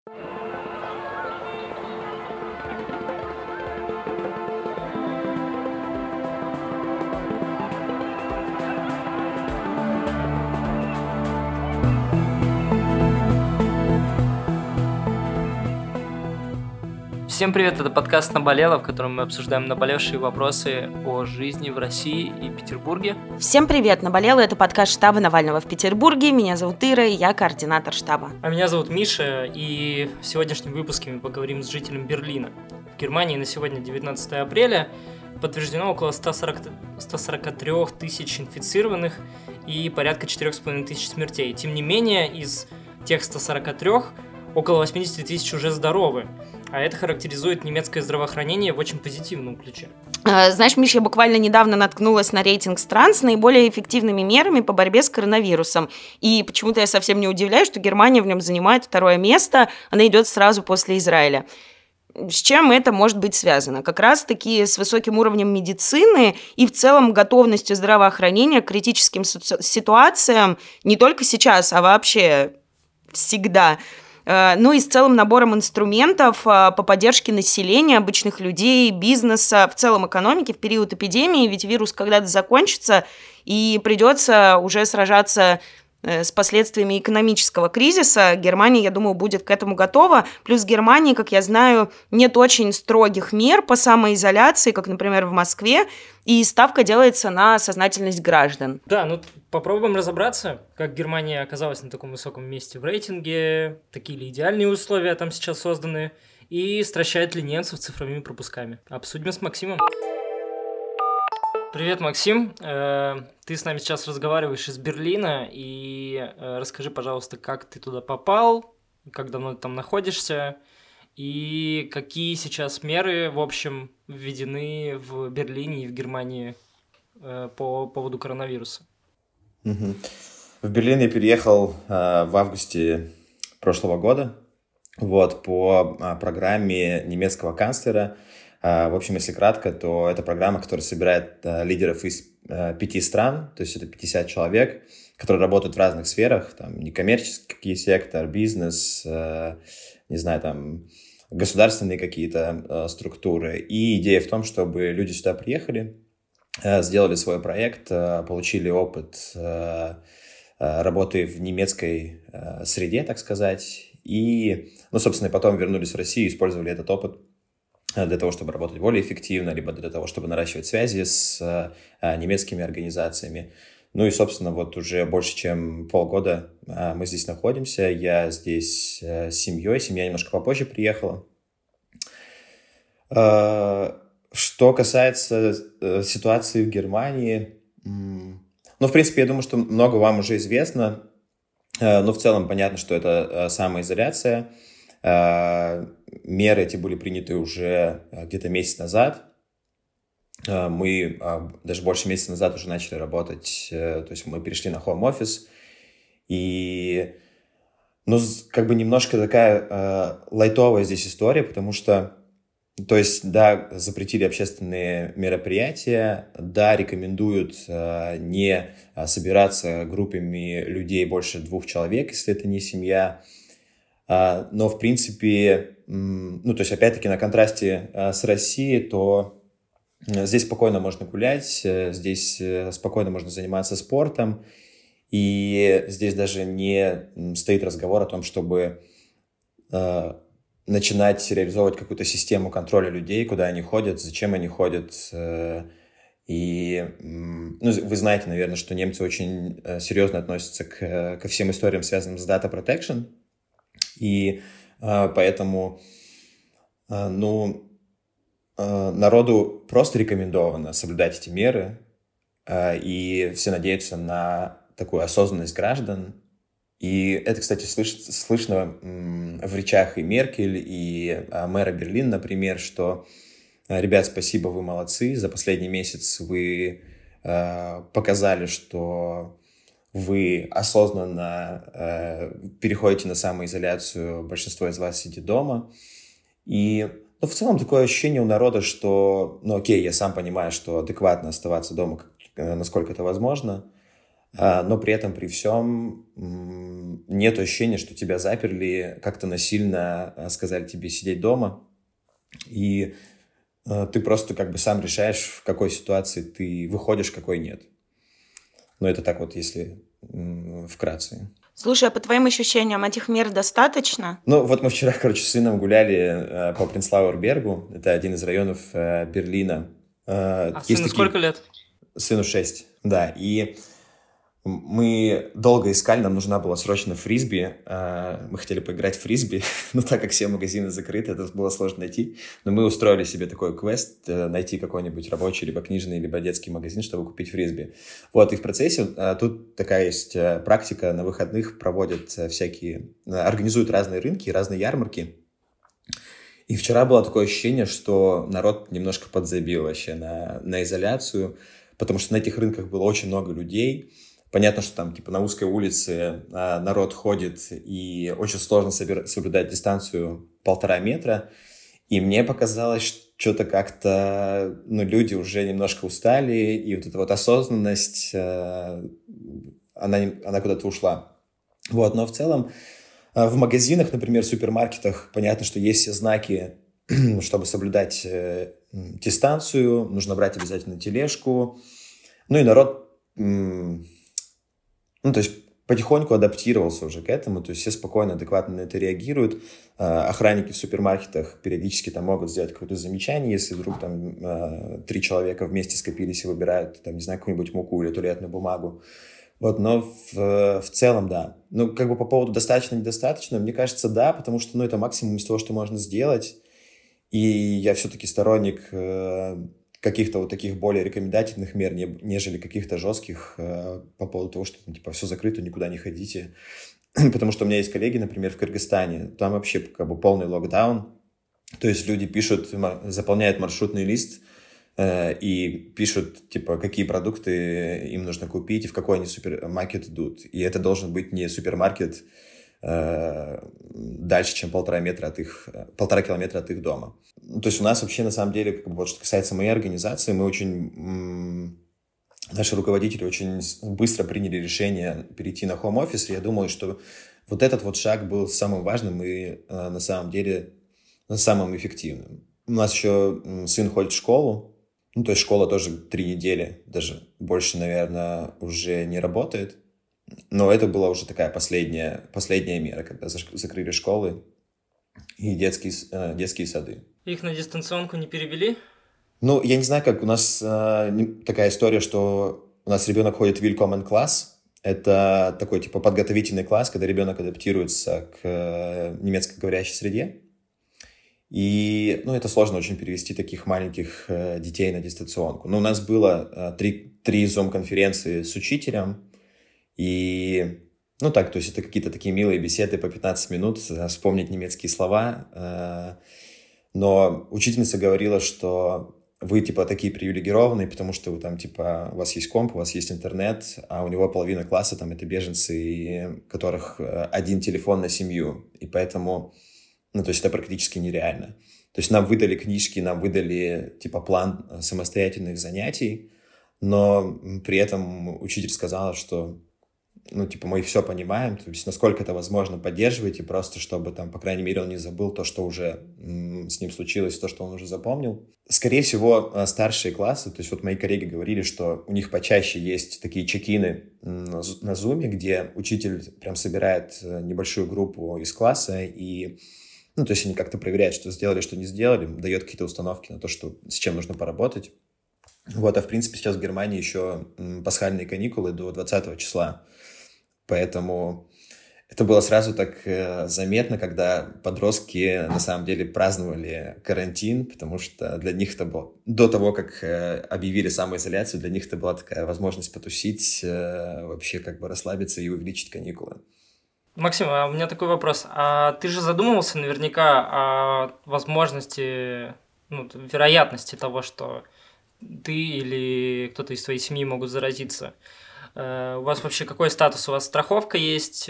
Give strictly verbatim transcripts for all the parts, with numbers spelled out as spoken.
Всем привет, это подкаст «Наболело», в котором мы обсуждаем наболевшие вопросы о жизни в России и Петербурге. Всем привет, «Наболело» — это подкаст штаба Навального в Петербурге. Меня зовут Ира, и я координатор штаба. А меня зовут Миша, и в сегодняшнем выпуске мы поговорим с жителем Берлина. В Германии на сегодня девятнадцатое апреля подтверждено около сто сорок, сто сорок три тысяч инфицированных и порядка четыре с половиной тысяч смертей. Тем не менее, из тех ста сорока трёх около восемьдесят тысяч уже здоровы. А это характеризует немецкое здравоохранение в очень позитивном ключе. Знаешь, Миш, я буквально недавно наткнулась на рейтинг стран с наиболее эффективными мерами по борьбе с коронавирусом. И почему-то я совсем не удивляюсь, что Германия в нем занимает второе место. Она идет сразу после Израиля. С чем это может быть связано? Как раз-таки с высоким уровнем медицины и в целом готовностью здравоохранения к критическим ситуациям не только сейчас, а вообще всегда. Ну и с целым набором инструментов по поддержке населения, обычных людей, бизнеса, в целом экономики в период эпидемии, ведь вирус когда-то закончится, и придется уже сражаться с последствиями экономического кризиса. Германия, я думаю, будет к этому готова. Плюс в Германии, как я знаю, нет очень строгих мер по самоизоляции, как, например, в Москве, и ставка делается на сознательность граждан. Да, ну попробуем разобраться, как Германия оказалась на таком высоком месте в рейтинге, такие ли идеальные условия там сейчас созданы, и стращают ли немцев цифровыми пропусками. Обсудим с Максимом. Привет, Максим. Ты с нами сейчас разговариваешь из Берлина, и расскажи, пожалуйста, как ты туда попал, как давно ты там находишься, и какие сейчас меры, в общем, введены в Берлине и в Германии по поводу коронавируса. Угу. В Берлин я переехал в августе прошлого года, вот, по программе немецкого канцлера. В общем, если кратко, то это программа, которая собирает лидеров из пяти стран, то есть это пятьдесят человек, которые работают в разных сферах, там, некоммерческий сектор, бизнес, не знаю, там, государственные какие-то структуры. И идея в том, чтобы люди сюда приехали, сделали свой проект, получили опыт работы в немецкой среде, так сказать, и, ну, собственно, потом вернулись в Россию и использовали этот опыт для того, чтобы работать более эффективно, либо для того, чтобы наращивать связи с а, немецкими организациями. Ну и, собственно, вот уже больше чем полгода а, мы здесь находимся. Я здесь а, с семьей. Семья немножко попозже приехала. А, что касается а, ситуации в Германии, м- ну, в принципе, я думаю, что много вам уже известно. А, но в целом понятно, что это а, самоизоляция. Меры эти были приняты уже где-то месяц назад. Мы даже больше месяца назад уже начали работать, то есть мы перешли на home office. И, ну, как бы немножко такая лайтовая здесь история, потому что, то есть, да, запретили общественные мероприятия, да, рекомендуют не собираться группами людей больше двух человек, если это не семья. Но, в принципе, ну, то есть, опять-таки, на контрасте с Россией, то здесь спокойно можно гулять, здесь спокойно можно заниматься спортом, и здесь даже не стоит разговор о том, чтобы начинать реализовывать какую-то систему контроля людей, куда они ходят, зачем они ходят. И, ну, вы знаете, наверное, что немцы очень серьезно относятся к, ко всем историям, связанным с data protection. И э, поэтому, э, ну, э, народу просто рекомендовано соблюдать эти меры, э, и все надеются на такую осознанность граждан. И это, кстати, слыш- слышно м, в речах и Меркель, и э, мэра Берлина, например, что, э, ребят, спасибо, вы молодцы, за последний месяц вы э, показали, что вы осознанно э, переходите на самоизоляцию, большинство из вас сидит дома. И, ну, в целом такое ощущение у народа, что, ну окей, я сам понимаю, что адекватно оставаться дома, насколько это возможно, но при этом, при всем, нет ощущения, что тебя заперли, как-то насильно сказали тебе сидеть дома, и ты просто как бы сам решаешь, в какой ситуации ты выходишь, в какой нет. Но это так вот, если вкратце. Слушай, а по твоим ощущениям, этих мер достаточно? Ну, вот мы вчера, короче, с сыном гуляли э, по Принцлауэр-Бергу. Это один из районов э, Берлина. Э, а сыну такие... сколько лет? Сыну шесть, да. И мы долго искали, нам нужна была срочно фрисби. Э, мы хотели поиграть в фрисби, но так как все магазины закрыты, это было сложно найти. Но мы устроили себе такой квест, э, найти какой-нибудь рабочий, либо книжный, либо детский магазин, чтобы купить фрисби. Вот, и в процессе э, тут такая есть э, практика, на выходных проводят э, всякие, э, организуют разные рынки, разные ярмарки. И вчера было такое ощущение, что народ немножко подзабил вообще на, на изоляцию, потому что на этих рынках было очень много людей. Понятно, что там типа на узкой улице а, народ ходит, и очень сложно собир- соблюдать дистанцию полтора метра. И мне показалось, что-то как-то ну, люди уже немножко устали, и вот эта вот осознанность, а, она, она куда-то ушла. Вот, но в целом а, в магазинах, например, в супермаркетах, понятно, что есть все знаки, чтобы соблюдать э, дистанцию, нужно брать обязательно тележку. Ну и народ... М- Ну, то есть потихоньку адаптировался уже к этому, то есть все спокойно, адекватно на это реагируют. Охранники в супермаркетах периодически там могут сделать какое-то замечание, если вдруг там три человека вместе скопились и выбирают, там, не знаю, какую-нибудь муку или туалетную бумагу. Вот, но в, в целом, да. Ну, как бы по поводу достаточно-недостаточно, мне кажется, да, потому что, ну, это максимум из того, что можно сделать. И я все-таки сторонник... каких-то вот таких более рекомендательных мер, нежели каких-то жестких э, по поводу того, что ну, типа все закрыто, никуда не ходите. Потому что у меня есть коллеги, например, в Кыргызстане, там вообще как бы полный локдаун. То есть люди пишут, заполняют маршрутный лист э, и пишут, типа, какие продукты им нужно купить и в какой они супермаркет идут. И это должен быть не супермаркет э, дальше, чем полтора метра от их, полтора километра от их дома. То есть у нас вообще, на самом деле, как бы, вот, что касается моей организации, мы очень... М- наши руководители очень быстро приняли решение перейти на хоум-офис. Я думаю, что вот этот вот шаг был самым важным и, э, на самом деле, самым эффективным. У нас еще сын ходит в школу. Ну, то есть школа тоже три недели, даже больше, наверное, уже не работает. Но это была уже такая последняя, последняя мера, когда закрыли школы и детские, э, детские сады. Их на дистанционку не перевели? Ну, я не знаю, как у нас э, такая история, что у нас ребенок ходит в Willkommen класс. Это такой типа подготовительный класс, когда ребенок адаптируется к э, немецкоговорящей среде. И, ну, это сложно очень перевести таких маленьких э, детей на дистанционку. Но у нас было э, три, три зум-конференции с учителем. И, ну, так, то есть это какие-то такие милые беседы по пятнадцать минут, вспомнить немецкие слова. Э, но учительница говорила, что вы, типа, такие привилегированные, потому что вы там, типа, у вас есть комп, у вас есть интернет, а у него половина класса там это беженцы, у которых один телефон на семью. И поэтому, ну, то есть это практически нереально. То есть нам выдали книжки, нам выдали, типа, план самостоятельных занятий, но при этом учитель сказала, что, ну, типа, мы все понимаем, то есть насколько это возможно поддерживайте, просто чтобы там, по крайней мере, он не забыл то, что уже м- с ним случилось, то, что он уже запомнил. Скорее всего, старшие классы, то есть вот мои коллеги говорили, что у них почаще есть такие чекины на Zoom, где учитель прям собирает небольшую группу из класса и, ну, то есть они как-то проверяют, что сделали, что не сделали, дает какие-то установки на то, что, с чем нужно поработать. Вот, а в принципе сейчас в Германии еще пасхальные каникулы до двадцатого числа. Поэтому это было сразу так э, заметно, когда подростки на самом деле праздновали карантин, потому что для них это было... До того, как э, объявили самоизоляцию, для них это была такая возможность потусить, э, вообще как бы расслабиться и увеличить каникулы. Максим, а у меня такой вопрос. А ты же задумывался наверняка о возможности, ну, вероятности того, что ты или кто-то из твоей семьи могут заразиться? У вас вообще какой статус? У вас страховка есть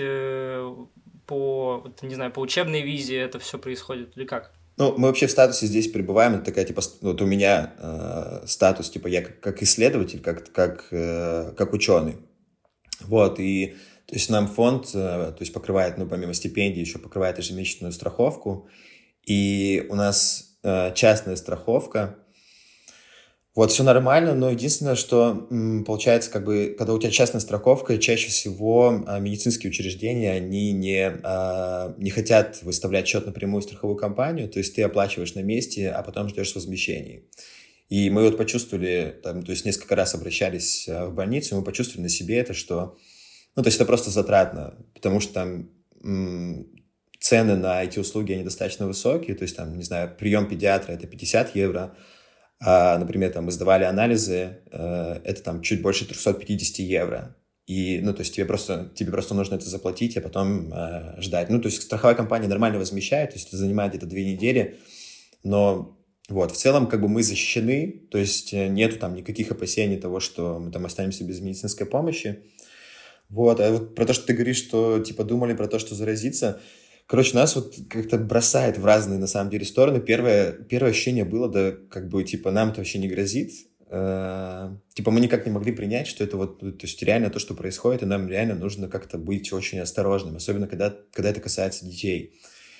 по, не знаю, по учебной визе это все происходит или как? Ну, мы вообще в статусе здесь пребываем. Это такая, типа, вот у меня э, статус, типа, я как, как исследователь, как, как, э, как ученый. Вот, и то есть нам фонд, то есть покрывает, ну, помимо стипендий, еще покрывает ежемесячную страховку, и у нас частная страховка. Вот, все нормально, но единственное, что м, получается, как бы, когда у тебя частная страховка, чаще всего а, медицинские учреждения, они не, а, не хотят выставлять счет напрямую в страховую компанию, то есть ты оплачиваешь на месте, а потом ждешь возмещений. И мы вот почувствовали, там, то есть несколько раз обращались а, в больницу, и мы почувствовали на себе это, что, ну, то есть это просто затратно, потому что там м, цены на эти услуги, они достаточно высокие, то есть там, не знаю, прием педиатра – это пятьдесят евро, а, например, там мы сдавали анализы, э, это там чуть больше триста пятьдесят евро. И, ну, то есть тебе просто, тебе просто нужно это заплатить, а потом э, ждать. Ну, то есть страховая компания нормально возмещает, то есть это занимает где-то две недели, но вот, в целом, как бы мы защищены, то есть нету там никаких опасений того, что мы там останемся без медицинской помощи. Вот, а вот про то, что ты говоришь, что, типа, думали про то, что заразиться. Короче, нас вот как-то бросает в разные, на самом деле, стороны. Первое, первое ощущение было, да, как бы, типа, нам это вообще не грозит. Э, типа, мы никак не могли принять, что это вот, то есть реально то, что происходит, и нам реально нужно как-то быть очень осторожным, особенно когда, когда это касается детей.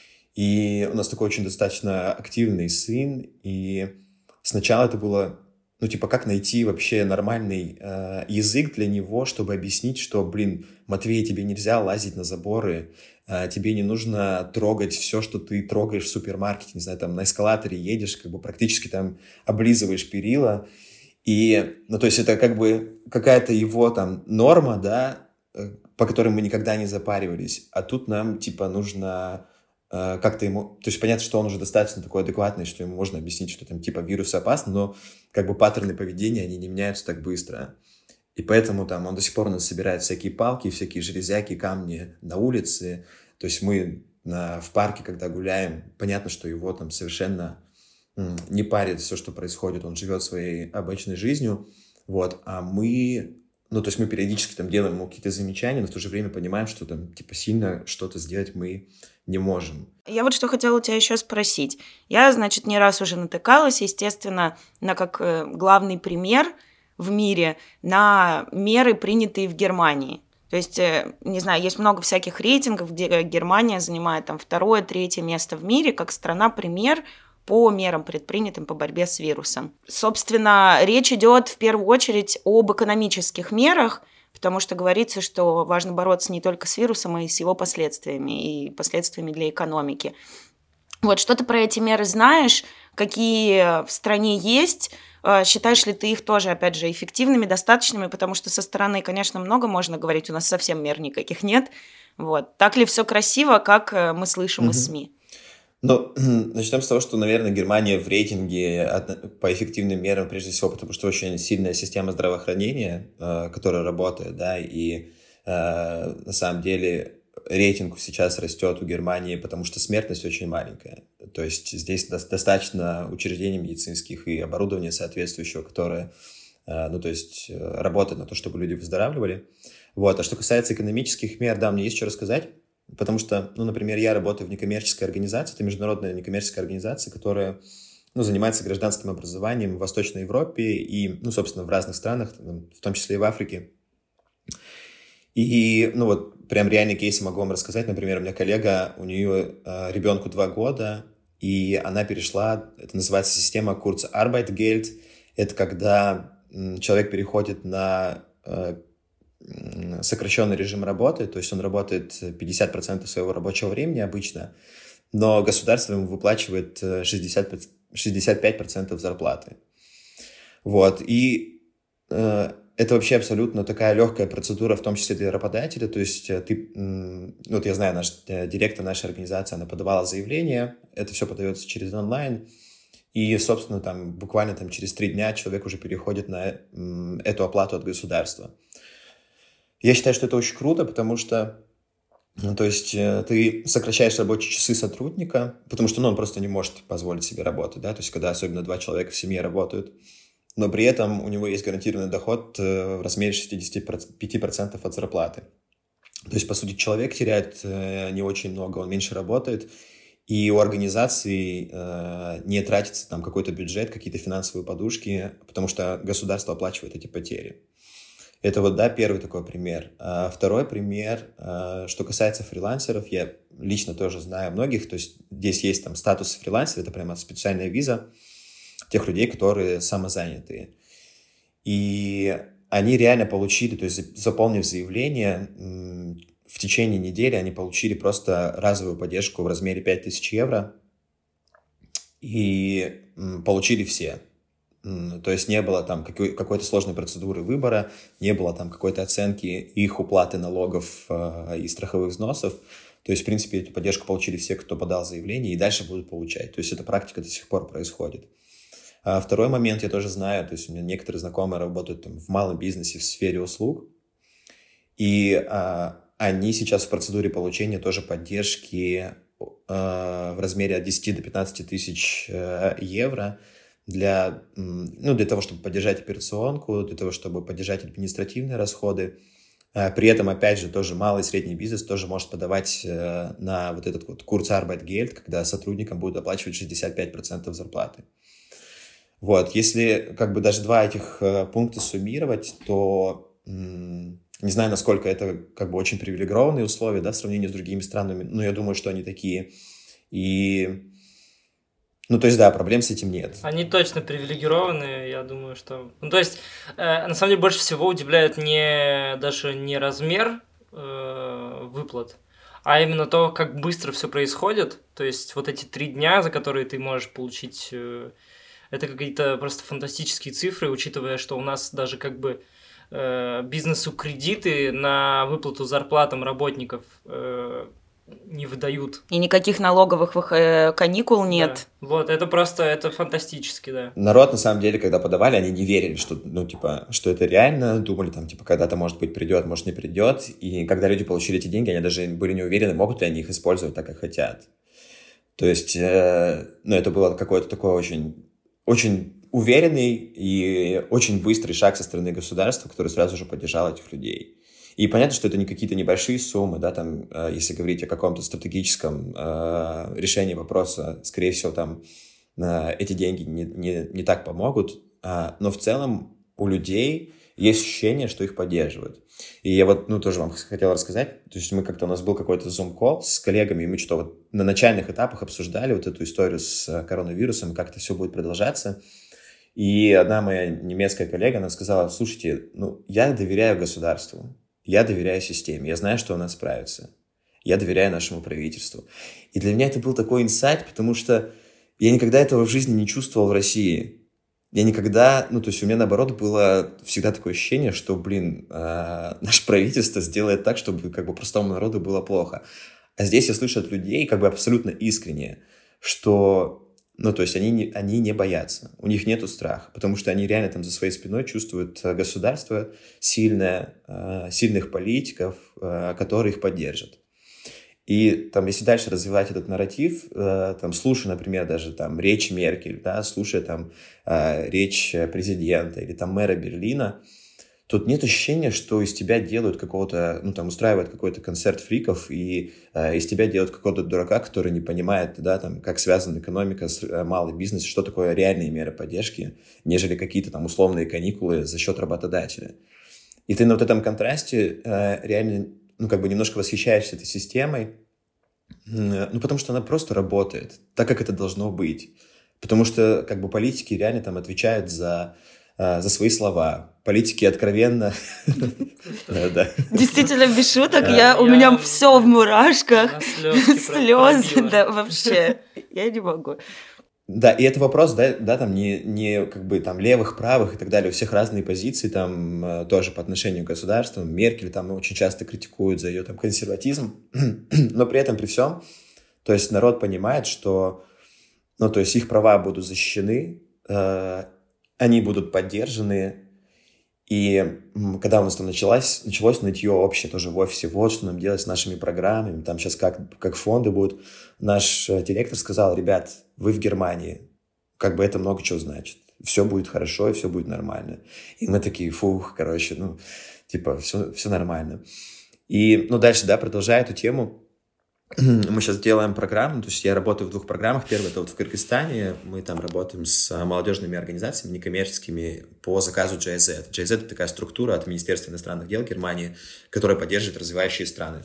И у нас такой очень достаточно активный сын, и сначала это было, ну, типа, как найти вообще нормальный э, язык для него, чтобы объяснить, что, блин, Матвей, тебе нельзя лазить на заборы, э, тебе не нужно трогать все, что ты трогаешь в супермаркете, не знаю, там, на эскалаторе едешь, как бы практически там облизываешь перила, и, ну, то есть это как бы какая-то его там норма, да, э, по которой мы никогда не запаривались, а тут нам, типа, нужно э, как-то ему, то есть понятно, что он уже достаточно такой адекватный, что ему можно объяснить, что там, типа, вирус опасен, но как бы паттерны поведения, они не меняются так быстро. И поэтому там он до сих пор у нас собирает всякие палки, всякие железяки, камни на улице. То есть мы на, в парке, когда гуляем, понятно, что его там совершенно м, не парит все, что происходит. Он живет своей обычной жизнью. Вот. А мы, ну, то есть мы периодически там делаем ему какие-то замечания, но в то же время понимаем, что там типа сильно что-то сделать мы не можем. Я вот что хотела у тебя еще спросить. Я, значит, не раз уже натыкалась, естественно, на как э, главный пример в мире на меры, принятые в Германии. То есть, э, не знаю, есть много всяких рейтингов, где Германия занимает там второе, третье место в мире как страна-пример по мерам, предпринятым по борьбе с вирусом. Собственно, речь идет в первую очередь об экономических мерах, потому что говорится, что важно бороться не только с вирусом, а и с его последствиями, и последствиями для экономики. Вот, что ты про эти меры знаешь, какие в стране есть, считаешь ли ты их тоже, опять же, эффективными, достаточными, потому что со стороны, конечно, много можно говорить, у нас совсем мер никаких нет. Вот. Так ли все красиво, как мы слышим Мгм. из СМИ? Ну, начнем с того, что, наверное, Германия в рейтинге от- по эффективным мерам, прежде всего, потому что очень сильная система здравоохранения, э, которая работает, да, и э, на самом деле рейтинг сейчас растет у Германии, потому что смертность очень маленькая. То есть здесь дос- достаточно учреждений медицинских и оборудования соответствующего, которое, э, ну, то есть э, работает на то, чтобы люди выздоравливали. Вот. А что касается экономических мер, да, мне есть что рассказать. Потому что, ну, например, я работаю в некоммерческой организации, это международная некоммерческая организация, которая, ну, занимается гражданским образованием в Восточной Европе и, ну, собственно, в разных странах, в том числе и в Африке. И, ну, вот, прям реальный кейс могу вам рассказать. Например, у меня коллега, у нее э, ребенку два года, и она перешла, это называется система Kurzarbeitgeld. Это когда м, человек переходит на э, сокращенный режим работы, то есть он работает пятьдесят процентов своего рабочего времени обычно, но государство ему выплачивает шестьдесят, шестьдесят пять процентов зарплаты. Вот, и э, это вообще абсолютно такая легкая процедура, в том числе для работодателя, то есть ты, ну, вот я знаю, наш директор нашей организации, она подавала заявление, это все подается через онлайн, и, собственно, там буквально там, через три дня человек уже переходит на м, эту оплату от государства. Я считаю, что это очень круто, потому что, ну, то есть, э, ты сокращаешь рабочие часы сотрудника, потому что, ну, он просто не может позволить себе работать, да, то есть, когда особенно два человека в семье работают, но при этом у него есть гарантированный доход э, в размере шестьдесят пять процентов от зарплаты. То есть, по сути, человек теряет э, не очень много, он меньше работает, и у организации э, не тратится там какой-то бюджет, какие-то финансовые подушки, потому что государство оплачивает эти потери. Это вот, да, первый такой пример. А второй пример, что касается фрилансеров, я лично тоже знаю многих, то есть здесь есть там статус фрилансера, это прямо специальная виза тех людей, которые самозанятые. И они реально получили, то есть заполнив заявление, в течение недели они получили просто разовую поддержку в размере пять тысяч евро и получили все. То есть не было там какой- какой-то сложной процедуры выбора, не было там какой-то оценки их уплаты налогов э, и страховых взносов. То есть, в принципе, эту поддержку получили все, кто подал заявление, и дальше будут получать. То есть эта практика до сих пор происходит. А второй момент я тоже знаю, то есть у меня некоторые знакомые работают там, в малом бизнесе в сфере услуг, и а, они сейчас в процедуре получения тоже поддержки а, в размере от десяти до пятнадцати тысяч а, евро для, ну, для того, чтобы поддержать операционку, для того, чтобы поддержать административные расходы. При этом, опять же, тоже малый и средний бизнес тоже может подавать на вот этот вот Kurzarbeitgeld, когда сотрудникам будут оплачивать шестьдесят пять процентов зарплаты. Вот, если как бы даже два этих пункта суммировать, то не знаю, насколько это как бы очень привилегированные условия, да, в сравнении с другими странами, но я думаю, что они такие. И Ну, то есть, да, проблем с этим нет. Они точно привилегированы, я думаю, что... Ну, то есть, э, на самом деле, больше всего удивляет не даже не размер э, выплат, а именно то, как быстро все происходит. То есть, вот эти три дня, за которые ты можешь получить... Э, это какие-то просто фантастические цифры, учитывая, что у нас даже как бы э, бизнесу кредиты на выплату зарплатам работников... Э, не выдают. И никаких налоговых э, каникул нет. Да. Вот, это просто, это фантастически, да. Народ, на самом деле, когда подавали, они не верили, что, ну, типа, что это реально, думали, там, типа, когда-то, может быть, придет, может, не придет, и когда люди получили эти деньги, они даже были не уверены, могут ли они их использовать так, как хотят. То есть, э, ну, это было какой-то такой очень, очень уверенный и очень быстрый шаг со стороны государства, который сразу же поддержал этих людей. И понятно, что это не какие-то небольшие суммы, да, там, э, если говорить о каком-то стратегическом э, решении вопроса, скорее всего, там э, эти деньги не, не, не так помогут, э, но в целом у людей есть ощущение, что их поддерживают. И я вот, ну, тоже вам хотел рассказать, то есть мы как-то, у нас был какой-то зум-колл с коллегами, и мы что вот на начальных этапах обсуждали вот эту историю с коронавирусом, как это все будет продолжаться. И одна моя немецкая коллега, она сказала: слушайте, ну, я доверяю государству. Я доверяю системе, я знаю, что она справится. Я доверяю нашему правительству. И для меня это был такой инсайт, потому что я никогда этого в жизни не чувствовал в России. Я никогда, ну, то есть у меня, наоборот, было всегда такое ощущение, что, блин, э, наше правительство сделает так, чтобы как бы простому народу было плохо. А здесь я слышу от людей как бы абсолютно искренне, что... Ну, то есть они не, они не боятся, у них нету страха, потому что они реально там за своей спиной чувствуют государство сильное, сильных политиков, которые их поддержат. И там, если дальше развивать этот нарратив, там, слушая, например, даже там речь Меркель, да, слушая там речь президента или там мэра Берлина, тут нет ощущения, что из тебя делают какого-то, ну, там, устраивают какой-то концерт фриков, и э, из тебя делают какого-то дурака, который не понимает, да, там, как связана экономика с э, малым бизнесом, что такое реальные меры поддержки, нежели какие-то там условные каникулы за счет работодателя. И ты на вот этом контрасте э, реально, ну, как бы немножко восхищаешься этой системой, э, ну, потому что она просто работает так, как это должно быть. Потому что, как бы, политики реально там отвечают за... за свои слова. Политики откровенно... Действительно, без шуток, у меня все в мурашках. Слезы, да, вообще. Я не могу. Да, и это вопрос, да, да, там не, не как бы там левых, правых и так далее. У всех разные позиции там тоже по отношению к государству. Меркель там очень часто критикуют за ее там консерватизм. Но при этом, при всем, то есть народ понимает, что, ну, то есть их права будут защищены, они будут поддержаны, и когда у нас там началось, началось нытье общее тоже в офисе, вот что нам делать с нашими программами, там сейчас как, как фонды будут, наш директор сказал: ребят, вы в Германии, как бы это много чего значит, все будет хорошо и все будет нормально. И мы такие: фух, короче, ну, типа, все, все нормально. И, ну, дальше, да, продолжая эту тему, мы сейчас делаем программу, то есть я работаю в двух программах. Первая — это вот в Кыргызстане, мы там работаем с молодежными организациями некоммерческими по заказу джей зет. джей зет — это такая структура от Министерства иностранных дел Германии, которая поддерживает развивающие страны.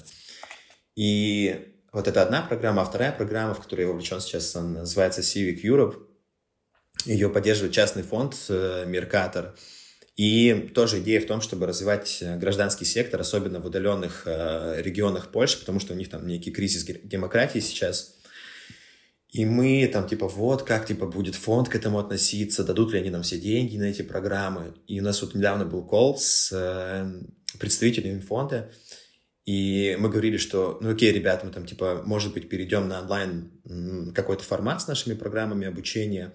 И вот это одна программа, а вторая программа, в которой я вовлечен сейчас, она называется Civic Europe. Ее поддерживает частный фонд Меркатор. И тоже идея в том, чтобы развивать гражданский сектор, особенно в удаленных э, регионах Польши, потому что у них там некий кризис демократии сейчас. И мы там типа вот как типа будет фонд к этому относиться, дадут ли они нам все деньги на эти программы. И у нас вот недавно был колл с э, представителями фонда, и мы говорили, что ну окей, ребята, мы там типа может быть перейдем на онлайн м, какой-то формат с нашими программами обучения.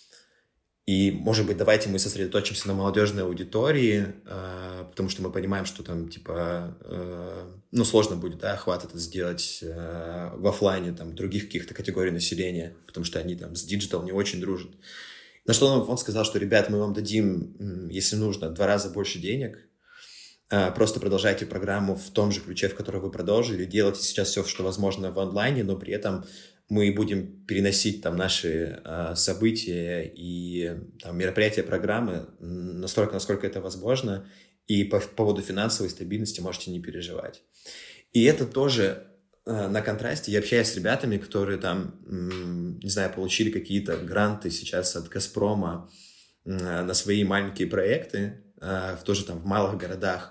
И, может быть, давайте мы сосредоточимся на молодежной аудитории, э, потому что мы понимаем, что там, типа, э, ну, сложно будет, да, охват это сделать э, в офлайне, там, других каких-то категорий населения, потому что они там с диджитал не очень дружат. На что нам фонд сказал, что, ребят, мы вам дадим, если нужно, два раза больше денег, э, просто продолжайте программу в том же ключе, в котором вы продолжили, делайте сейчас все, что возможно в онлайне, но при этом мы будем переносить там наши э, события и там, мероприятия, программы настолько, насколько это возможно, и по поводу финансовой стабильности можете не переживать. И это тоже э, на контрасте. Я общаюсь с ребятами, которые там, м, не знаю, получили какие-то гранты сейчас от «Газпрома» э, на свои маленькие проекты, э, тоже там в малых городах.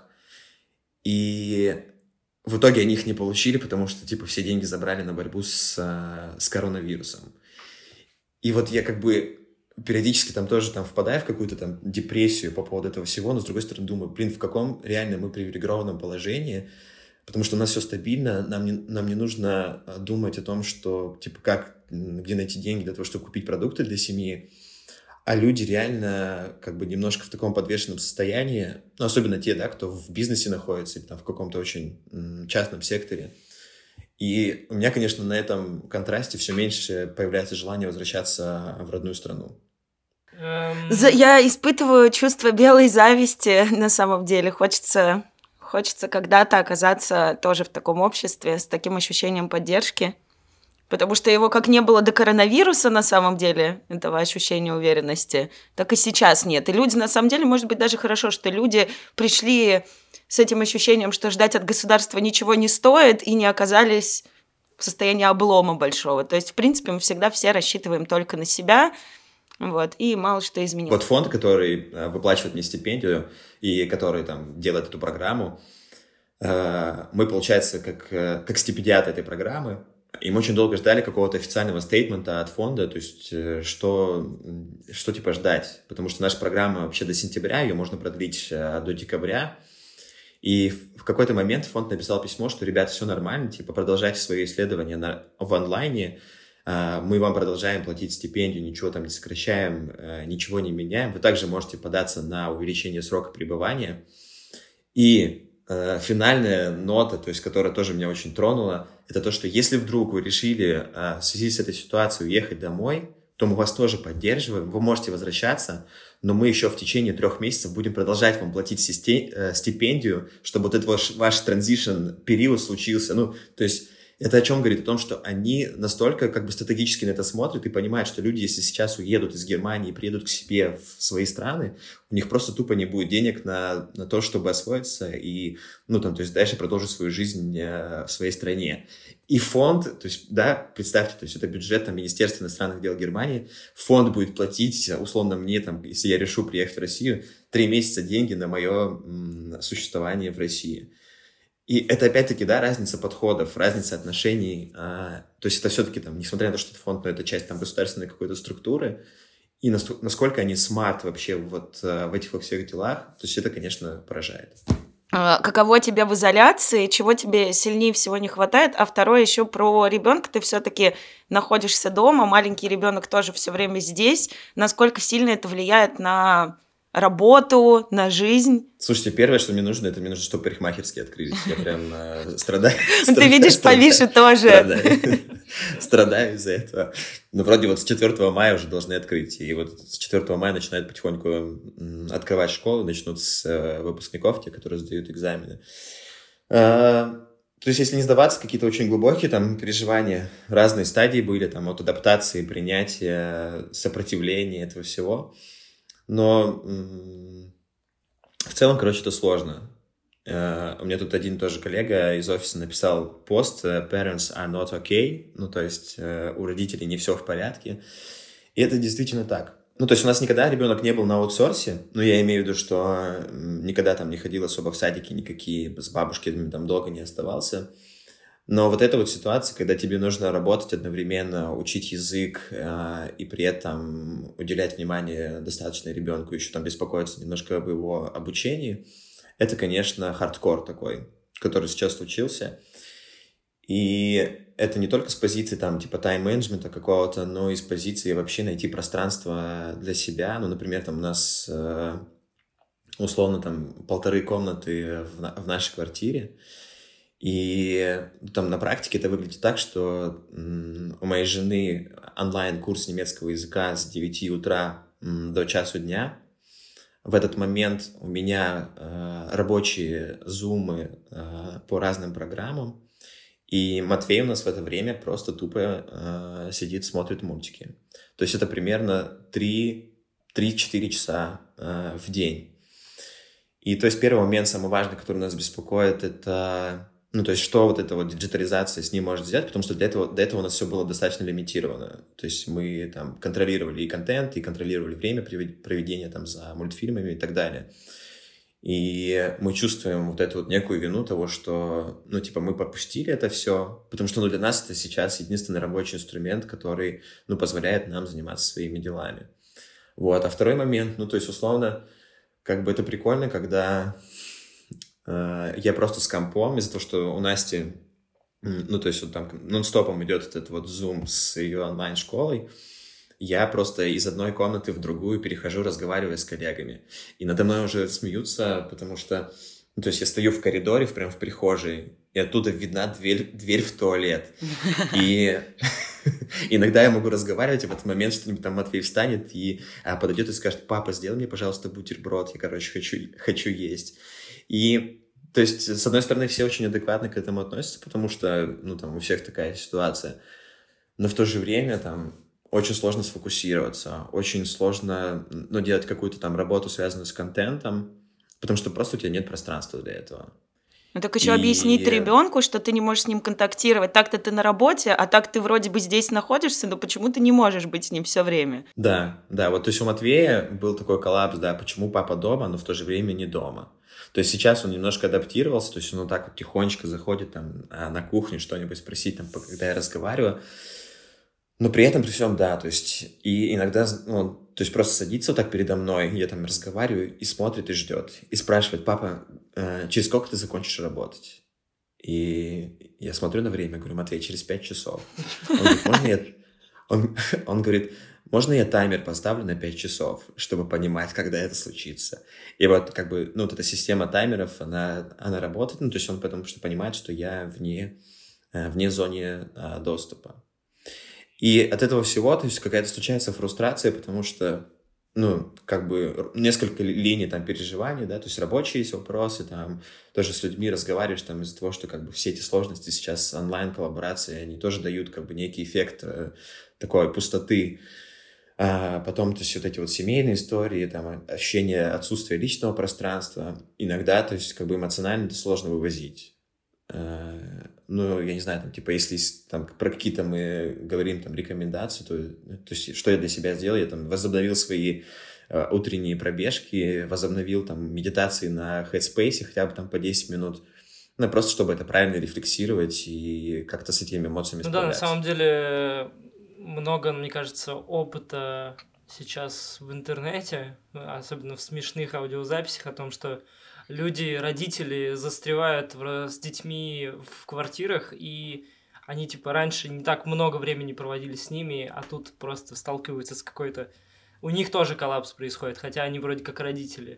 И в итоге они их не получили, потому что, типа, все деньги забрали на борьбу с, с коронавирусом. И вот я как бы периодически там тоже там впадаю в какую-то там депрессию по поводу этого всего, но с другой стороны думаю, блин, в каком реально мы привилегированном положении, потому что у нас все стабильно, нам не, нам не нужно думать о том, что, типа, как, где найти деньги для того, чтобы купить продукты для семьи. А люди реально как бы немножко в таком подвешенном состоянии, ну, особенно те, да, кто в бизнесе находится или там в каком-то очень м, частном секторе. И у меня, конечно, на этом контрасте все меньше появляется желание возвращаться в родную страну. За- Я испытываю чувство белой зависти на самом деле. Хочется, хочется когда-то оказаться тоже в таком обществе с таким ощущением поддержки. Потому что его как не было до коронавируса на самом деле, этого ощущения уверенности, так и сейчас нет. И люди, на самом деле, может быть, даже хорошо, что люди пришли с этим ощущением, что ждать от государства ничего не стоит, и не оказались в состоянии облома большого. То есть, в принципе, мы всегда все рассчитываем только на себя, вот, и мало что изменилось. Вот фонд, который выплачивает мне стипендию и который там делает эту программу, мы, получается, как, как стипендиаты этой программы. И мы очень долго ждали какого-то официального стейтмента от фонда, то есть что, что типа ждать, потому что наша программа вообще до сентября, ее можно продлить до декабря. И в какой-то момент фонд написал письмо, что, ребята, все нормально, типа продолжайте свои исследования на, в онлайне, мы вам продолжаем платить стипендию, ничего там не сокращаем, ничего не меняем. Вы также можете податься на увеличение срока пребывания. И финальная нота, то есть, которая тоже меня очень тронула, это то, что если вдруг вы решили в связи с этой ситуацией уехать домой, то мы вас тоже поддерживаем, вы можете возвращаться, но мы еще в течение трех месяцев будем продолжать вам платить стипендию, чтобы вот этот ваш, ваш транзишн период случился. Ну, то есть это о чем говорит? О том, что они настолько как бы стратегически на это смотрят и понимают, что люди, если сейчас уедут из Германии и приедут к себе в свои страны, у них просто тупо не будет денег на, на то, чтобы освоиться и, ну, там, то есть дальше продолжить свою жизнь в своей стране. И фонд, то есть, да, представьте, то есть это бюджет там, Министерства иностранных дел Германии, фонд будет платить, условно, мне, там, если я решу приехать в Россию, три месяца деньги на мое м, существование в России. И это, опять-таки, да, разница подходов, разница отношений. А, то есть это все-таки, там, несмотря на то, что это фонд, но это часть там, государственной какой-то структуры, и насколько, насколько они смарт вообще вот в этих во всех делах, то есть это, конечно, поражает. Каково тебе в изоляции, чего тебе сильнее всего не хватает, а второе еще про ребенка. Ты все-таки находишься дома, маленький ребенок тоже все время здесь. Насколько сильно это влияет на работу, на жизнь? Слушайте, первое, что мне нужно, это мне нужно, чтобы парикмахерские открылись. Я прям э, страдаю. Ты видишь, по Више тоже. Страдаю из-за этого. Но вроде вот с четвёртого мая уже должны открыть. И вот с четвёртого мая начинают потихоньку открывать школы, начнут с выпускников, те, которые сдают экзамены. То есть, если не сдаваться, какие-то очень глубокие там переживания, разные стадии были, там, от адаптации, принятия, сопротивления этого всего. Но м- в целом, короче, это сложно. Uh, у меня тут один тоже коллега из офиса написал пост «Parents are not okay», ну, то есть uh, у родителей не все в порядке. И это действительно так. Ну, то есть у нас никогда ребенок не был на аутсорсе, но я имею в виду, что никогда там не ходил особо в садики никакие, с бабушками там долго не оставался. Но вот эта вот ситуация, когда тебе нужно работать одновременно, учить язык uh, и при этом уделять внимание достаточно ребенку, еще там беспокоиться немножко об его обучении, это, конечно, хардкор такой, который сейчас случился. И это не только с позиции там типа тайм-менеджмента какого-то, но и с позиции вообще найти пространство для себя. Ну, например, там у нас э, условно там полторы комнаты в, на- в нашей квартире. И там на практике это выглядит так, что м, у моей жены онлайн-курс немецкого языка с девяти утра м, до часу дня. В этот момент у меня э, рабочие зумы э, по разным программам, и Матвей у нас в это время просто тупо э, сидит, смотрит мультики. То есть это примерно три-четыре часа э, в день. И то есть первый момент, самый важный, который нас беспокоит, это... Ну, то есть, что вот эта вот диджитализация с ним может сделать, потому что для этого, до этого у нас все было достаточно лимитировано. То есть мы там контролировали и контент, и контролировали время проведения там за мультфильмами и так далее. И мы чувствуем вот эту вот некую вину того, что, ну, типа, мы пропустили это все, потому что, ну, для нас это сейчас единственный рабочий инструмент, который, ну, позволяет нам заниматься своими делами. Вот. А второй момент, ну, то есть, условно, как бы это прикольно, когда... Я просто с компом, из-за того, что у Насти, ну, то есть вот там нон-стопом идет этот вот Zoom с ее онлайн-школой, я просто из одной комнаты в другую перехожу, разговаривая с коллегами. И надо мной уже смеются, потому что, ну, то есть я стою в коридоре, прям в прихожей, и оттуда видна дверь, дверь в туалет. И иногда я могу разговаривать, и в этот момент что-нибудь там Матвей встанет и подойдет и скажет: «Папа, сделай мне, пожалуйста, бутерброд, я, короче, хочу, хочу есть». И, то есть, с одной стороны, все очень адекватно к этому относятся, потому что, ну, там, у всех такая ситуация. Но в то же время, там, очень сложно сфокусироваться, очень сложно, ну, делать какую-то там работу, связанную с контентом, потому что просто у тебя нет пространства для этого. Ну так еще И- объяснить ребенку, что ты не можешь с ним контактировать. Так-то ты на работе, а так ты вроде бы здесь находишься, но почему ты не можешь быть с ним все время? Да, да, вот, то есть у Матвея был такой коллапс, да, почему папа дома, но в то же время не дома. То есть сейчас он немножко адаптировался, то есть он вот так вот тихонечко заходит там а, на кухню что-нибудь спросить, там, по- когда я разговариваю. Но при этом, при всем, да, то есть и иногда, ну, то есть просто садится вот так передо мной, я там разговариваю, и смотрит, и ждет. И спрашивает: «Папа, э, через сколько ты закончишь работать?» И я смотрю на время, говорю: «Матвей, через пять часов». Он говорит: «Можно я...» Он, он говорит: «Можно я таймер поставлю на пять часов, чтобы понимать, когда это случится?» И вот как бы, ну, вот эта система таймеров, она, она работает, ну, то есть он потому что понимает, что я вне, э, вне зоны э, доступа. И от этого всего, то есть какая-то случается фрустрация, потому что, ну, как бы несколько ли- линий там переживаний, да, то есть рабочие есть вопросы, там, тоже с людьми разговариваешь, там, из-за того, что как бы все эти сложности сейчас онлайн-коллаборации, они тоже дают как бы некий эффект э, такой пустоты. А потом, то есть вот эти вот семейные истории, там, ощущение отсутствия личного пространства, иногда, то есть как бы эмоционально это сложно вывозить. Э, Ну, я не знаю, там, типа, если с- там про какие-то мы говорим там рекомендации, то, то есть что я для себя сделал, я там возобновил свои э, утренние пробежки, возобновил там медитации на Headspace хотя бы там по десять минут, ну, просто чтобы это правильно рефлексировать и как-то с этими эмоциями Ну да, на справляться. самом деле много, мне кажется, опыта сейчас в интернете, особенно в смешных аудиозаписях, о том, что люди, родители застревают в- с детьми в квартирах, и они, типа, раньше не так много времени проводили с ними, а тут просто сталкиваются с какой-то... У них тоже коллапс происходит, хотя они вроде как родители.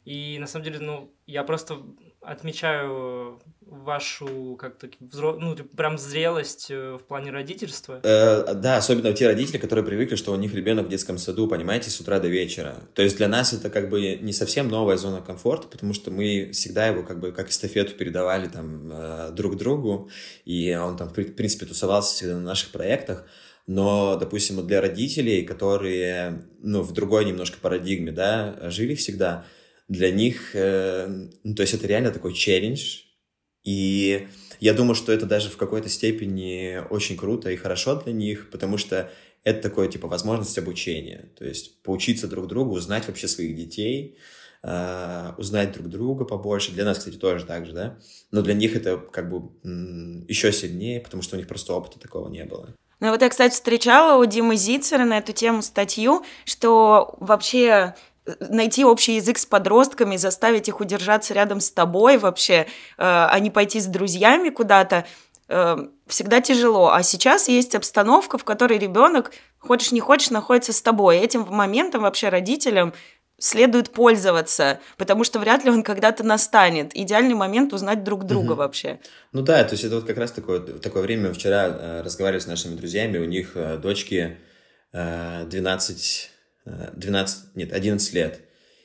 И на самом деле, ну, я просто отмечаю вашу как-то взро... ну, прям зрелость в плане родительства. Э, да, особенно те родители, которые привыкли, что у них ребенок в детском саду, понимаете, с утра до вечера. То есть для нас это как бы не совсем новая зона комфорта, потому что мы всегда его как бы как эстафету передавали там э, друг другу, и он там в принципе тусовался всегда на наших проектах. Но, допустим, вот для родителей, которые, ну, в другой немножко парадигме, да, жили всегда, для них, э, ну, то есть это реально такой челлендж, и я думаю, что это даже в какой-то степени очень круто и хорошо для них, потому что это такое, типа, возможность обучения, то есть поучиться друг другу, узнать вообще своих детей, э, узнать друг друга побольше. Для нас, кстати, тоже так же, да, но для них это как бы м- еще сильнее, потому что у них просто опыта такого не было. Ну вот я, кстати, встречала у Димы Зицера на эту тему статью, что вообще найти общий язык с подростками, заставить их удержаться рядом с тобой вообще, э, а не пойти с друзьями куда-то, э, всегда тяжело. А сейчас есть обстановка, в которой ребенок, хочешь не хочешь, находится с тобой. Этим моментом вообще родителям следует пользоваться, потому что вряд ли он когда-то настанет. Идеальный момент узнать друг друга угу. вообще. Ну да, то есть это вот как раз такое, такое время. Вчера э, разговаривали с нашими друзьями, у них э, дочки э, двенадцать, э, двенадцать, нет, одиннадцать лет.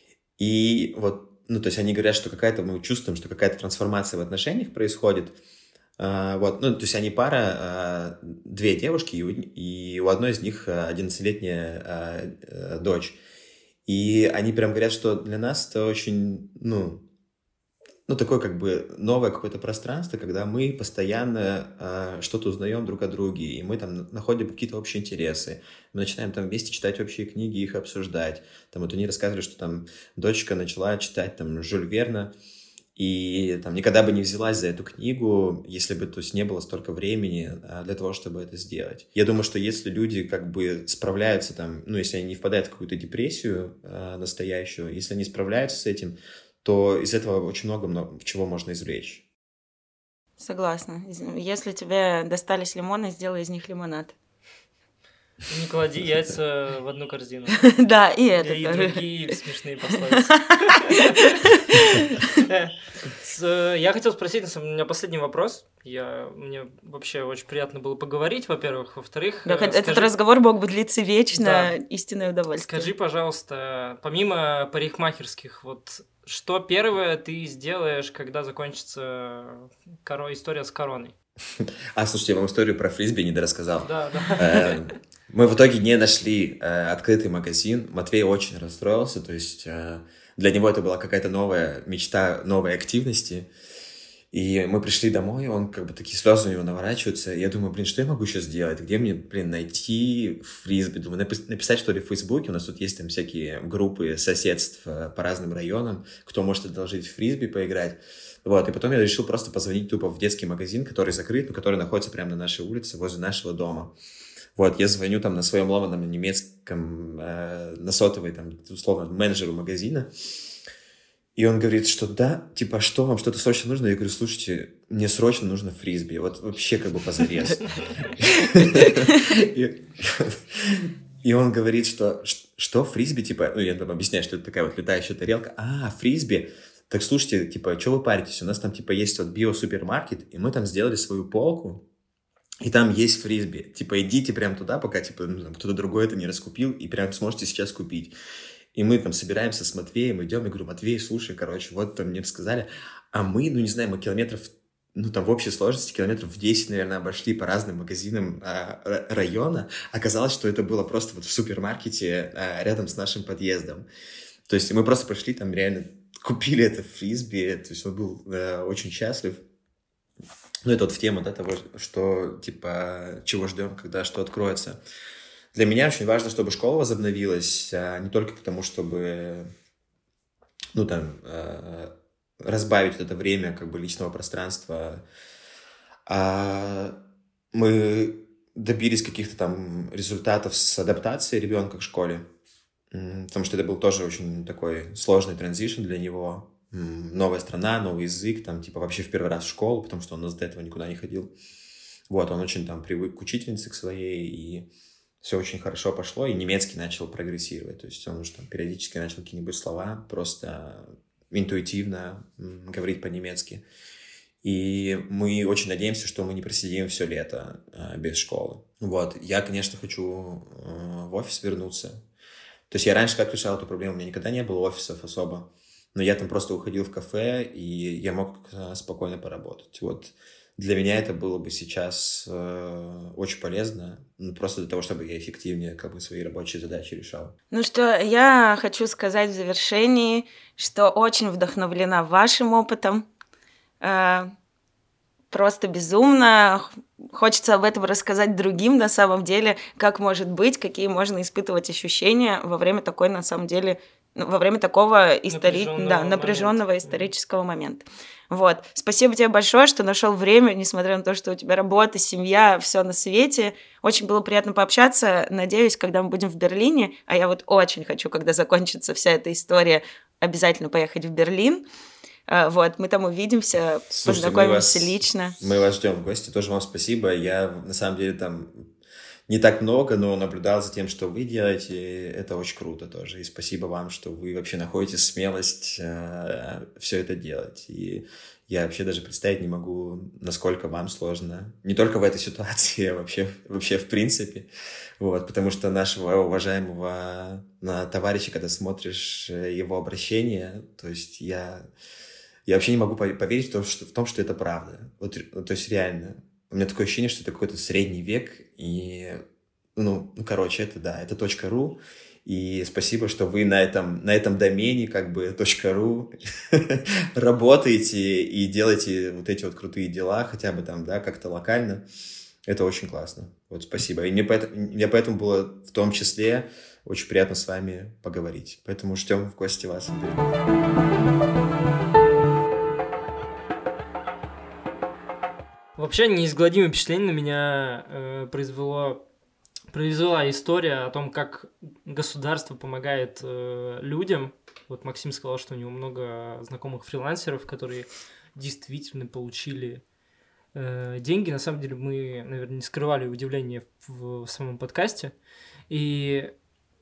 И вот, ну то есть они говорят, что какая-то, мы чувствуем, что какая-то трансформация в отношениях происходит. Э, вот, ну то есть они пара, э, две девушки, и у, и у одной из них одиннадцатилетняя э, э, дочь. И они прям говорят, что для нас это очень, ну, ну такое как бы новое какое-то пространство, когда мы постоянно э, что-то узнаем друг о друге, и мы там находим какие-то общие интересы. Мы начинаем там вместе читать общие книги, их обсуждать. Там вот они рассказывали, что там дочка начала читать там Жюль Верна, и там никогда бы не взялась за эту книгу, если бы, то есть, не было столько времени для того, чтобы это сделать. Я думаю, что если люди как бы справляются там, ну, если они не впадают в какую-то депрессию э, настоящую, если они справляются с этим, то из этого очень много, много чего можно извлечь. Согласна. Если тебе достались лимоны, сделай из них лимонад. Не клади яйца в одну корзину. Да, и это и тоже. И другие смешные пословицы. Я хотел спросить, на самом деле, у меня последний вопрос. Я, мне вообще очень приятно было поговорить, во-первых. Во-вторых... Да, скажи... Этот разговор мог бы длиться вечно, да. Истинное удовольствие. Скажи, пожалуйста, помимо парикмахерских, вот что первое ты сделаешь, когда закончится коро... история с короной? А, слушайте, я вам историю про фрисби не дорассказал. Да, да. Мы в итоге не нашли э, открытый магазин. Матвей очень расстроился, то есть э, для него это была какая-то новая мечта, новой активности. И мы пришли домой, он как бы такие слезы у него наворачиваются. И я думаю, блин, что я могу сейчас сделать? Где мне, блин, найти фрисби? Думаю, напис- написать, что ли, в Фейсбуке. У нас тут есть там всякие группы соседств э, по разным районам, кто может одолжить фрисби поиграть. Вот, и потом я решил просто позвонить тупо в детский магазин, который закрыт, но который находится прямо на нашей улице, возле нашего дома. Вот, я звоню там на своем ломаном немецком, э, на сотовой, там, условно, менеджеру магазина, и он говорит, что да, типа, что, вам что-то срочно нужно? Я говорю, слушайте, мне срочно нужно фрисби, вот вообще как бы позарез. И он говорит, что, что фрисби, типа, ну, я там объясняю, что это такая вот летающая тарелка, а, фрисби, так слушайте, типа, что вы паритесь, у нас там, типа, есть вот биосупермаркет, и мы там сделали свою полку, и там есть фрисби. Типа, идите прям туда, пока, типа, ну, там, кто-то другой это не раскупил, и прям сможете сейчас купить. И мы там собираемся с Матвеем, идем, и говорю, Матвей, слушай, короче, вот там мне рассказали, а мы, ну, не знаю, мы километров, ну, там, в общей сложности километров в десять, наверное, обошли по разным магазинам а, района. Оказалось, что это было просто вот в супермаркете а, рядом с нашим подъездом. То есть мы просто пошли, там, реально купили это фрисби, то есть он был а, очень счастлив. Ну, это вот в тему, да, того, что, типа, чего ждем, когда что откроется. Для меня очень важно, чтобы школа возобновилась, а не только потому, чтобы, ну, там, э, разбавить это время, как бы, личного пространства, а мы добились каких-то там результатов с адаптацией ребенка к школе, потому что это был тоже очень такой сложный транзишн для него. Новая страна, новый язык, там, типа, вообще в первый раз в школу, потому что он у нас до этого никуда не ходил. Вот, он очень там привык к учительнице, к своей, и все очень хорошо пошло, и немецкий начал прогрессировать, то есть он уже там периодически начал какие-нибудь слова просто интуитивно говорить по-немецки. И мы очень надеемся, что мы не просидим все лето э, без школы. Вот. Я, конечно, хочу э, в офис вернуться. То есть я раньше как решал эту проблему? У меня никогда не было офисов особо. Но я там просто уходил в кафе, и я мог э, спокойно поработать. Вот. Для меня это было бы сейчас э, очень полезно, ну, просто для того, чтобы я эффективнее как бы свои рабочие задачи решал. Ну что, я хочу сказать в завершении, что очень вдохновлена вашим опытом. Просто безумно. Хочется об этом рассказать другим на самом деле, как может быть, какие можно испытывать ощущения во время такой, на самом деле, во время такого истори... да, напряженного исторического момента. Вот. Спасибо тебе большое, что нашел время, несмотря на то, что у тебя работа, семья, все на свете. Очень было приятно пообщаться. Надеюсь, когда мы будем в Берлине, а я вот очень хочу, когда закончится вся эта история, обязательно поехать в Берлин. Вот, мы там увидимся, Слушайте, познакомимся мы вас, лично. Мы вас ждем в гости, тоже вам спасибо. Я, на самом деле, там не так много, но наблюдал за тем, что вы делаете, это очень круто тоже. И спасибо вам, что вы вообще находите смелость э, все это делать. И я вообще даже представить не могу, насколько вам сложно. Не только в этой ситуации, а вообще, вообще в принципе. Вот, потому что нашего уважаемого на товарища, когда смотришь его обращение, то есть я... Я вообще не могу поверить в том, что, в том, что это правда. Вот, то есть реально. У меня такое ощущение, что это какой-то средний век. И, ну, ну короче, это да, это .ру. И спасибо, что вы на этом, на этом домене, как бы, .ру работаете и делаете вот эти вот крутые дела, хотя бы там, да, как-то локально. Это очень классно. Вот спасибо. И мне поэтому, мне поэтому было в том числе очень приятно с вами поговорить. Поэтому ждем в гости вас. Вообще неизгладимое впечатление на меня э, произвело, произвела история о том, как государство помогает э, людям. Вот Максим сказал, что у него много знакомых фрилансеров, которые действительно получили э, деньги. На самом деле мы, наверное, не скрывали удивление в, в самом подкасте. И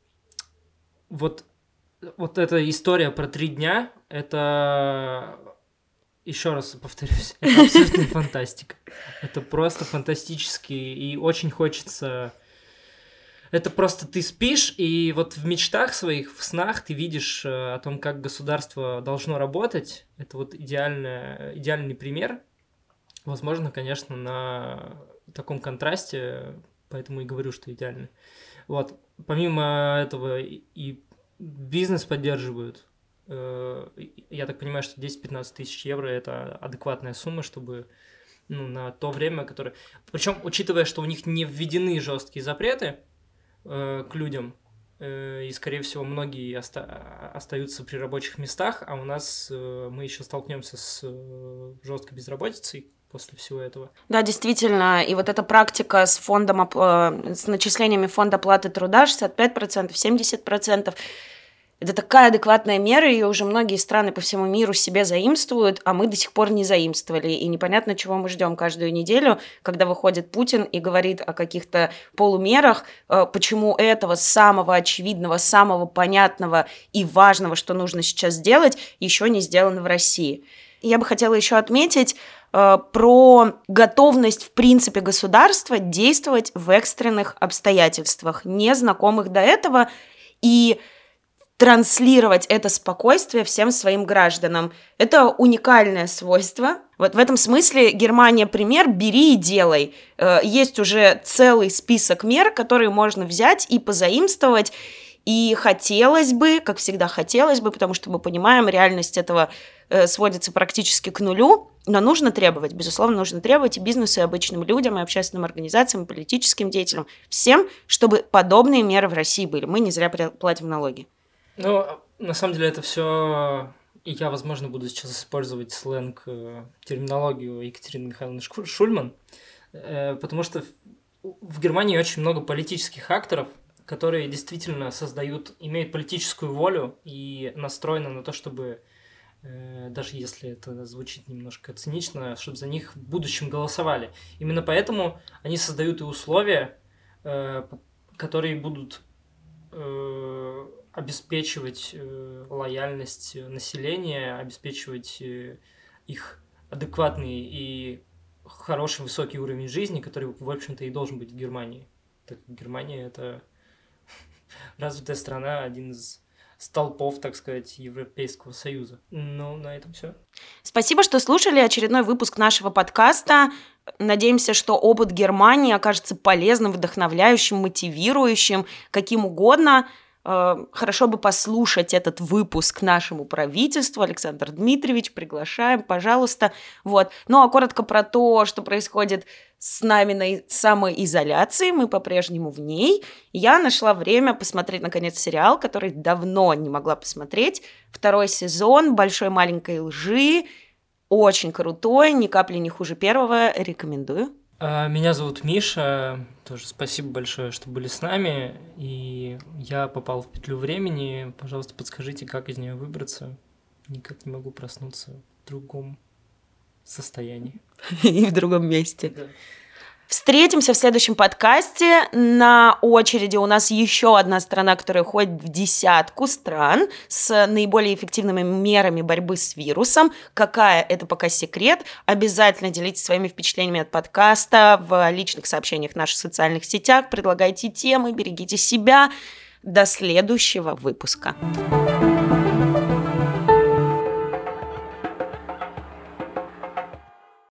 вот, вот эта история про три дня, это... Еще раз повторюсь, это абсолютная фантастика. Это просто фантастически, и очень хочется... Это просто ты спишь, и вот в мечтах своих, в снах ты видишь о том, как государство должно работать. Это вот идеальный, идеальный пример. Возможно, конечно, на таком контрасте, поэтому и говорю, что идеальный. Вот. Помимо этого и бизнес поддерживают. Я так понимаю, что десять-пятнадцать тысяч евро – это адекватная сумма, чтобы, ну, на то время, которое... Причем, учитывая, что у них не введены жесткие запреты э, к людям, э, и, скорее всего, многие оста- остаются при рабочих местах, а у нас э, мы еще столкнемся с э, жесткой безработицей после всего этого. Да, действительно, и вот эта практика с фондом, опла- с начислениями фонда оплаты труда шестьдесят пять процентов, семьдесят процентов – это такая адекватная мера, ее уже многие страны по всему миру себе заимствуют, а мы до сих пор не заимствовали. И непонятно, чего мы ждем каждую неделю, когда выходит Путин и говорит о каких-то полумерах, почему этого самого очевидного, самого понятного и важного, что нужно сейчас сделать, еще не сделано в России. Я бы хотела еще отметить э, про готовность, в принципе, государства действовать в экстренных обстоятельствах, незнакомых до этого, и транслировать это спокойствие всем своим гражданам. Это уникальное свойство. Вот в этом смысле Германия пример, бери и делай. Есть уже целый список мер, которые можно взять и позаимствовать. И хотелось бы, как всегда хотелось бы, потому что мы понимаем, реальность этого сводится практически к нулю, но нужно требовать, безусловно, нужно требовать и бизнесу, и обычным людям, и общественным организациям, и политическим деятелям, всем, чтобы подобные меры в России были. Мы не зря платим налоги. Ну, на самом деле это все, и я, возможно, буду сейчас использовать сленг, терминологию Екатерины Михайловны Шульман, потому что в Германии очень много политических акторов, которые действительно создают, имеют политическую волю и настроены на то, чтобы, даже если это звучит немножко цинично, чтобы за них в будущем голосовали. Именно поэтому они создают и условия, которые будут обеспечивать э, лояльность населения, обеспечивать э, их адекватный и хороший высокий уровень жизни, который, в общем-то, и должен быть в Германии. Так как Германия — это развитая страна, один из столпов, так сказать, Европейского Союза. Ну, на этом все. Спасибо, что слушали очередной выпуск нашего подкаста. Надеемся, что опыт Германии окажется полезным, вдохновляющим, мотивирующим, каким угодно. Хорошо бы послушать этот выпуск нашему правительству. Александр Дмитриевич, приглашаем, пожалуйста. Вот. Ну, а коротко про то, что происходит с нами на самоизоляции. Мы по-прежнему в ней. Я нашла время посмотреть, наконец, сериал, который давно не могла посмотреть. Второй сезон «Большой маленькой лжи». Очень крутой, ни капли не хуже первого. Рекомендую. Меня зовут Миша, тоже спасибо большое, что были с нами, и я попал в петлю времени, пожалуйста, подскажите, как из нее выбраться, никак не могу проснуться в другом состоянии. И в другом месте. Да. Встретимся в следующем подкасте. На очереди у нас еще одна страна, которая входит в десятку стран с наиболее эффективными мерами борьбы с вирусом. Какая? Это пока секрет. Обязательно делитесь своими впечатлениями от подкаста в личных сообщениях в наших социальных сетях. Предлагайте темы, берегите себя. До следующего выпуска.